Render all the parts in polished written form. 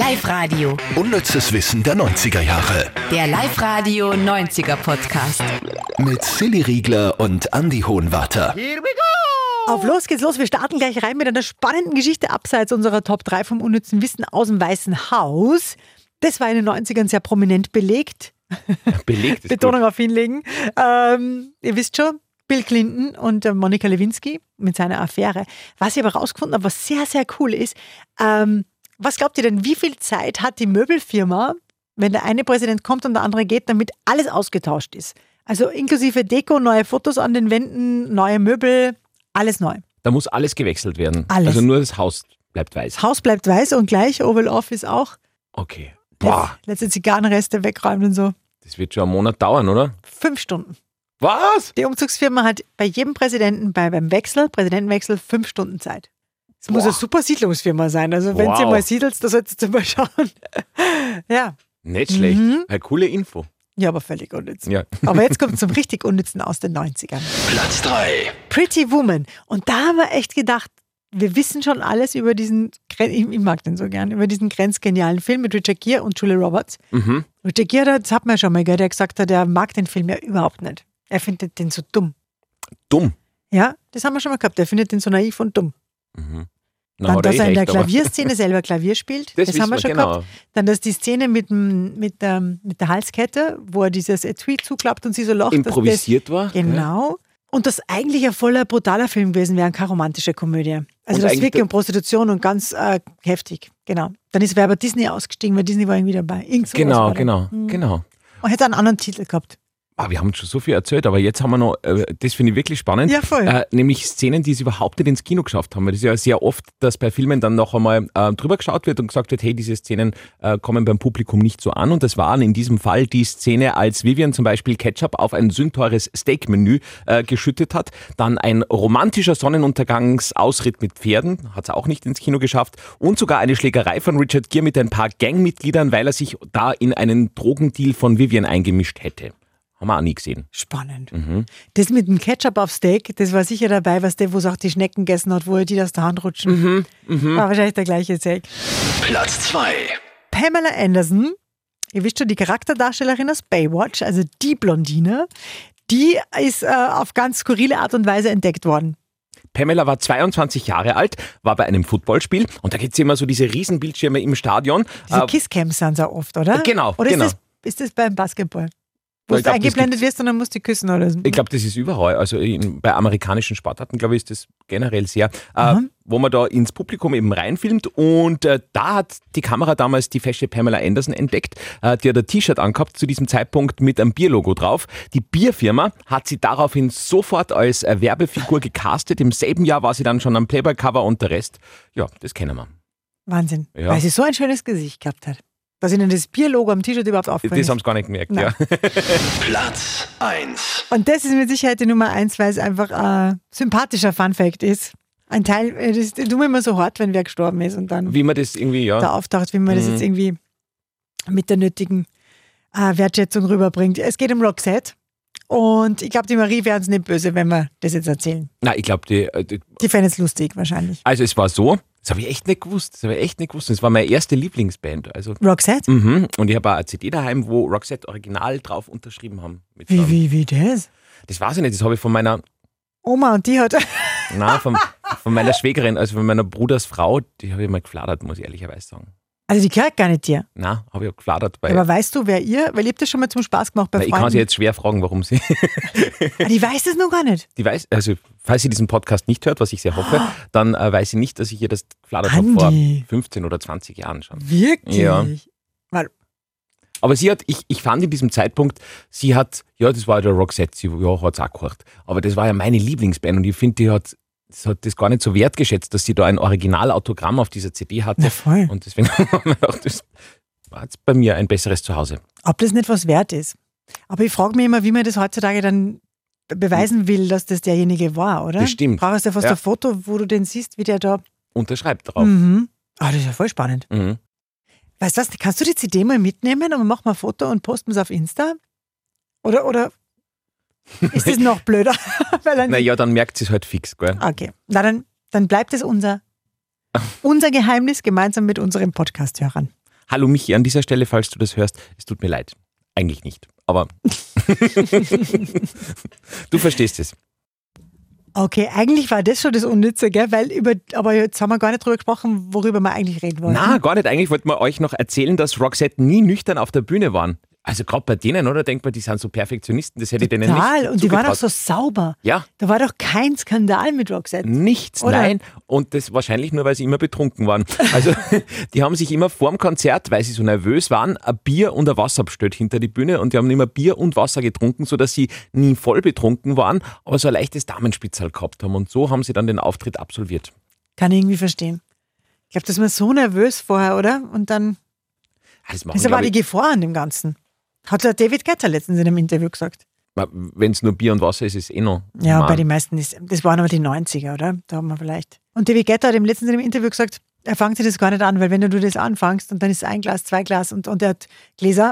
Live-Radio. Unnützes Wissen der 90er Jahre. Der Live-Radio 90er Podcast. Mit Silly Riegler und Andi Hohenwarter. Auf los geht's los. Wir starten gleich rein mit einer spannenden Geschichte abseits unserer Top 3 vom unnützen Wissen aus dem Weißen Haus. Das war in den 90ern sehr prominent belegt. Belegt ist Betonung auf hinlegen. Ihr wisst schon, Bill Clinton und Monica Lewinsky mit seiner Affäre. Was ich aber rausgefunden habe, was sehr, sehr cool ist, was glaubt ihr denn, wie viel Zeit hat die Möbelfirma, wenn der eine Präsident kommt und der andere geht, damit alles ausgetauscht ist? Also inklusive Deko, neue Fotos an den Wänden, neue Möbel, alles neu. Da muss alles gewechselt werden. Alles. Also nur das Haus bleibt weiß. Das Haus bleibt weiß und gleich, Oval Office auch. Okay. Boah, Letzte Zigarrenreste wegräumen und so. das wird schon einen Monat dauern, oder? 5 Stunden. Was? Die Umzugsfirma hat bei jedem Präsidenten, beim Präsidentenwechsel 5 Stunden Zeit. Es muss eine super Siedlungsfirma sein. Also wenn sie mal siedelt, da solltest du mal schauen. Ja. Nicht schlecht. Eine coole Info. Ja, aber völlig unnütz. Ja. Aber jetzt kommt zum richtig Unnützen aus den 90ern. Platz 3. Pretty Woman. Und da haben wir echt gedacht, wir wissen schon alles über diesen, ich mag den so gern, über diesen grenzgenialen Film mit Richard Gere und Julia Roberts. Richard Gere, das hat man ja schon mal gehört, der gesagt hat, er mag den Film ja überhaupt nicht. Er findet den so dumm. Dumm. Ja, das haben wir schon mal gehabt. Er findet den so naiv und dumm. Na, Dann, dass er in der recht, aber Klavierszene selber Klavier spielt, das haben wir schon gehabt. Dann, dass die Szene mit der Halskette, wo er dieses Etui zuklappt und sie so lacht. improvisiert war. Genau. Und das eigentlich ein voller brutaler Film gewesen wäre, keine romantische Komödie. Also Und das eigentlich wirklich um Prostitution und ganz heftig. Genau. Dann ist wer bei Disney ausgestiegen, weil Disney war irgendwie dabei. Irgend sowas war da. Genau. Und hätte einen anderen Titel gehabt. Wir haben schon so viel erzählt, aber jetzt haben wir noch, das finde ich wirklich spannend, Ja, voll. nämlich Szenen, die es überhaupt nicht ins Kino geschafft haben. Weil das ist ja sehr oft, dass bei Filmen dann noch einmal drüber geschaut wird und gesagt wird, hey, diese Szenen kommen beim Publikum nicht so an. Und das waren in diesem Fall die Szene, als Vivian zum Beispiel Ketchup auf ein sündteures Steakmenü geschüttet hat. Dann ein romantischer Sonnenuntergangsausritt mit Pferden, hat es auch nicht ins Kino geschafft. Und sogar eine Schlägerei von Richard Gere mit ein paar Gangmitgliedern, weil er sich da in einen Drogendeal von Vivian eingemischt hätte. Haben wir auch nie gesehen. Spannend. Das mit dem Ketchup auf Steak, das war sicher dabei, was der, wo es auch die Schnecken gegessen hat, wo er die aus der Hand rutschen. War wahrscheinlich der gleiche Steak. Platz 2. Pamela Anderson, ihr wisst schon, die Charakterdarstellerin aus Baywatch, also die Blondine, die ist auf ganz skurrile Art und Weise entdeckt worden. Pamela war 22 Jahre alt, war bei einem Footballspiel und da gibt es immer so diese Riesenbildschirme im Stadion. Diese Kisscams sind so oft, oder? Genau, Oder genau. Ist das beim Basketball? Wo Ich du glaub, eingeblendet wirst und dann musst du küssen oder so. Ich glaube, das ist überall. Also bei amerikanischen Sportarten, glaube ich, ist das generell sehr, wo man da ins Publikum eben reinfilmt. Und da hat die Kamera damals die fesche Pamela Anderson entdeckt. Die hat ein T-Shirt angehabt zu diesem Zeitpunkt mit einem Bierlogo drauf. Die Bierfirma hat sie daraufhin sofort als Werbefigur gecastet. Im selben Jahr war sie dann schon am Playboy-Cover und der Rest, ja, das kennen wir. Wahnsinn. Ja. Weil sie so ein schönes Gesicht gehabt hat. Dass ihnen das Bierlogo am T-Shirt überhaupt aufgefallen Das ist. haben sie gar nicht gemerkt, Nein. ja. Platz 1. Und das ist mit Sicherheit die Nummer 1, weil es einfach ein sympathischer Funfact ist. Ein Teil, das tut mir immer so hart, wenn wer gestorben ist und dann Wie man das irgendwie, ja. da auftaucht, wie man das jetzt irgendwie mit der nötigen Wertschätzung rüberbringt. Es geht um Roxette und ich glaube, die Marie wäre uns nicht böse, wenn wir das jetzt erzählen. Nein, ich glaube, Die fänden es lustig wahrscheinlich. also es war so, das habe ich echt nicht gewusst. Das war meine erste Lieblingsband. Also, Roxette? und ich habe auch eine CD daheim, wo Roxette Original drauf unterschrieben haben. Mit Wie das? Das weiß ich nicht, das habe ich von meiner, Oma und die hat... von meiner Schwägerin, also von meiner Bruders Frau, die habe ich mal gefladert, muss ich ehrlicherweise sagen. Also die gehört gar nicht dir. Nein, habe ich auch gefladert. Weil Aber weißt du, wer ihr? Weil ihr habt das schon mal zum Spaß gemacht bei ich kann Freunden. sie jetzt schwer fragen, warum sie. Die weiß das noch gar nicht. Die weiß, also falls sie diesen Podcast nicht hört, was ich sehr hoffe, dann weiß sie nicht, dass ich ihr das gefladert habe Andi. vor 15 oder 20 Jahren schon. Wirklich? Ja. Weil, Aber sie hat, ich fand in diesem Zeitpunkt, sie hat, ja, das war ja der Roxette, sie hat es auch gehört. Aber das war ja meine Lieblingsband und ich finde, die hat das gar nicht so wertgeschätzt, dass sie da ein Originalautogramm auf dieser CD hatte. Na voll. Und deswegen haben wir gedacht, das war jetzt bei mir ein besseres Zuhause. ob das nicht was wert ist. Aber ich frage mich immer, wie man das heutzutage dann beweisen will, dass das derjenige war, oder? Das stimmt. Brauchst du ja fast Ja. ein Foto, wo du den siehst, wie der da... Unterschreibt drauf. Ah, das ist ja voll spannend. Mhm. Weißt du was, kannst du die CD mal mitnehmen und mach mal ein Foto und posten es auf Insta? Oder ist das noch blöder? Weil dann Naja, dann merkt sie es halt fix, gell? Okay, na dann bleibt es unser Geheimnis gemeinsam mit unseren Podcast-Hörern. Hallo Michi, an dieser Stelle, falls du das hörst, es tut mir leid. Eigentlich nicht, aber du verstehst es. Okay, eigentlich war das schon das Unnütze, gell? Aber jetzt haben wir gar nicht drüber gesprochen, worüber wir eigentlich reden wollen. Na, gar nicht. Eigentlich wollten wir euch noch erzählen, dass Roxette nie nüchtern auf der Bühne waren. Also gerade bei denen, oder? Denkt man, die sind so Perfektionisten, das hätte ich denen nicht Total, und die waren auch zugetraut. so sauber. Ja. Da war doch kein Skandal mit Roxette. Nichts, Oder? nein. Und das wahrscheinlich nur, weil sie immer betrunken waren. Also die haben sich immer vorm Konzert, weil sie so nervös waren, ein Bier und ein Wasser bestellt hinter die Bühne und die haben immer Bier und Wasser getrunken, sodass sie nie voll betrunken waren, aber so ein leichtes Damenspitzerl gehabt haben. Und so haben sie dann den Auftritt absolviert. Kann ich irgendwie verstehen. Ich glaube, das war so nervös vorher, oder? Und dann Das machen, ist aber glaub die Gefahr an dem Ganzen. Hat der David Guetta letztens in einem Interview gesagt. wenn es nur Bier und Wasser ist, ist es eh noch. Ja, human. bei den meisten das waren aber die 90er, oder? Da haben wir vielleicht. Und David Guetta hat ihm letztens in einem Interview gesagt, er fängt sich das gar nicht an, weil wenn du das anfängst und dann ist ein Glas, 2 Glas und er hat Gläser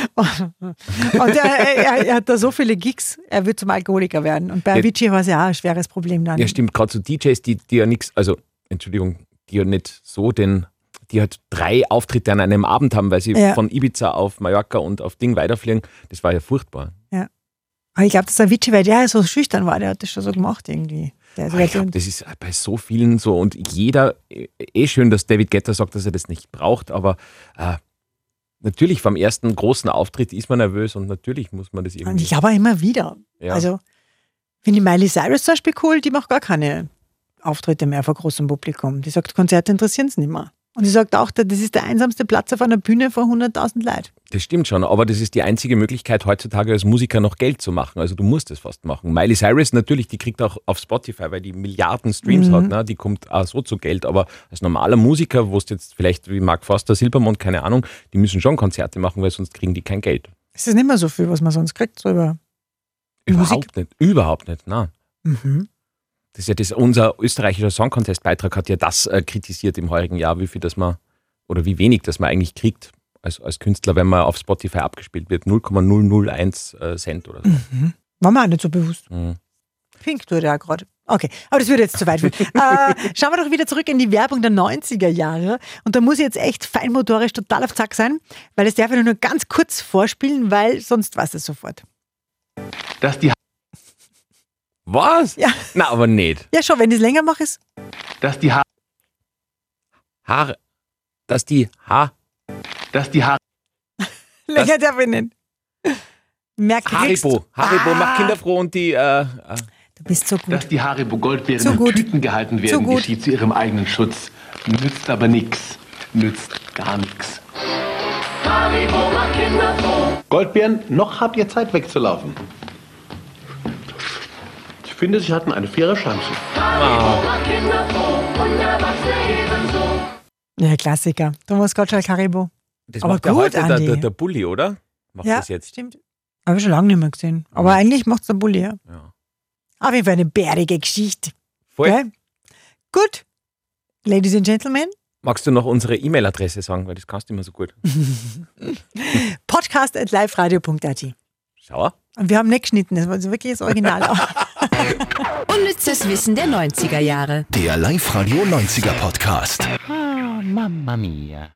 und er hat da so viele Gigs, er wird zum Alkoholiker werden. Und bei Avicii war es ja auch ein schweres Problem dann. Ja, stimmt, gerade so DJs, die ja nichts, also, Entschuldigung, die ja nicht so die halt 3 Auftritte an einem Abend haben, weil sie von Ibiza auf Mallorca und auf Ding weiterfliegen, das war ja furchtbar. Ja. Aber ich glaube, dass Avicii, weil der so schüchtern war, der hat das schon so gemacht irgendwie. Ich glaube, das ist bei so vielen so und jeder, schön, dass David Guetta sagt, dass er das nicht braucht, aber natürlich vom ersten großen Auftritt ist man nervös und natürlich muss man das irgendwie. Und ich glaube auch immer wieder. Ja. Also, finde ich Miley Cyrus zum Beispiel cool, die macht gar keine Auftritte mehr vor großem Publikum. Die sagt, Konzerte interessieren sie nicht mehr. Und sie sagt auch, das ist der einsamste Platz auf einer Bühne vor 100.000 Leuten. Das stimmt schon, aber das ist die einzige Möglichkeit heutzutage als Musiker noch Geld zu machen. Also du musst es fast machen. Miley Cyrus natürlich, die kriegt auch auf Spotify, weil die Milliarden Streams hat, ne? Die kommt auch so zu Geld. Aber als normaler Musiker, wo es jetzt vielleicht wie Mark Forster, Silbermond, keine Ahnung, die müssen schon Konzerte machen, weil sonst kriegen die kein Geld. Es ist nicht mehr so viel, was man sonst kriegt, so über Musik. Überhaupt nicht, nein. Mhm. Das ist ja unser österreichischer Song Contest Beitrag hat ja das kritisiert im heurigen Jahr, wie viel das man oder wie wenig das man eigentlich kriegt als Künstler, wenn man auf Spotify abgespielt wird. 0,001 Cent oder so. Mhm. War mir auch nicht so bewusst. Mhm. Pink tut ja gerade. Okay, aber das würde jetzt zu weit führen. Schauen wir doch wieder zurück in die Werbung der 90er Jahre. Und da muss ich jetzt echt feinmotorisch total auf Zack sein, weil das darf ich nur ganz kurz vorspielen, weil sonst weiß es sofort. Dass die Was? Ja. Na, aber nicht. Ja, schon, wenn ich es länger mache, ist. Dass die Haare. Länger darf ich nicht. Mehr kriegst du. Haribo macht Kinder froh und die. Du bist so gut. Dass die Haribo Goldbeeren Zu in gut. Tüten gehalten Zu werden, gut. geschieht zu ihrem eigenen Schutz. Nützt aber nix. Nützt gar nix. Goldbeeren, noch habt ihr Zeit wegzulaufen. Ich finde, sie hatten eine faire Chance. Ja, Klassiker. Thomas Gottschalk, Haribo. Das Aber macht ja gut, heute Andi. der Bulli, oder? Macht Ja, das jetzt. stimmt. Habe ich schon lange nicht mehr gesehen. Aber eigentlich macht es der Bulli, ja. Ja. Auf jeden Fall eine bärige Geschichte. Voll. Gell? Gut. Ladies and Gentlemen, Magst du noch unsere E-Mail-Adresse sagen, weil das kannst du immer so gut. podcast@liveradio.at. Schau. Und wir haben nicht geschnitten, das war also wirklich das Original. Unnützes Wissen der 90er Jahre. Der Live-Radio 90er Podcast. Mamma mia.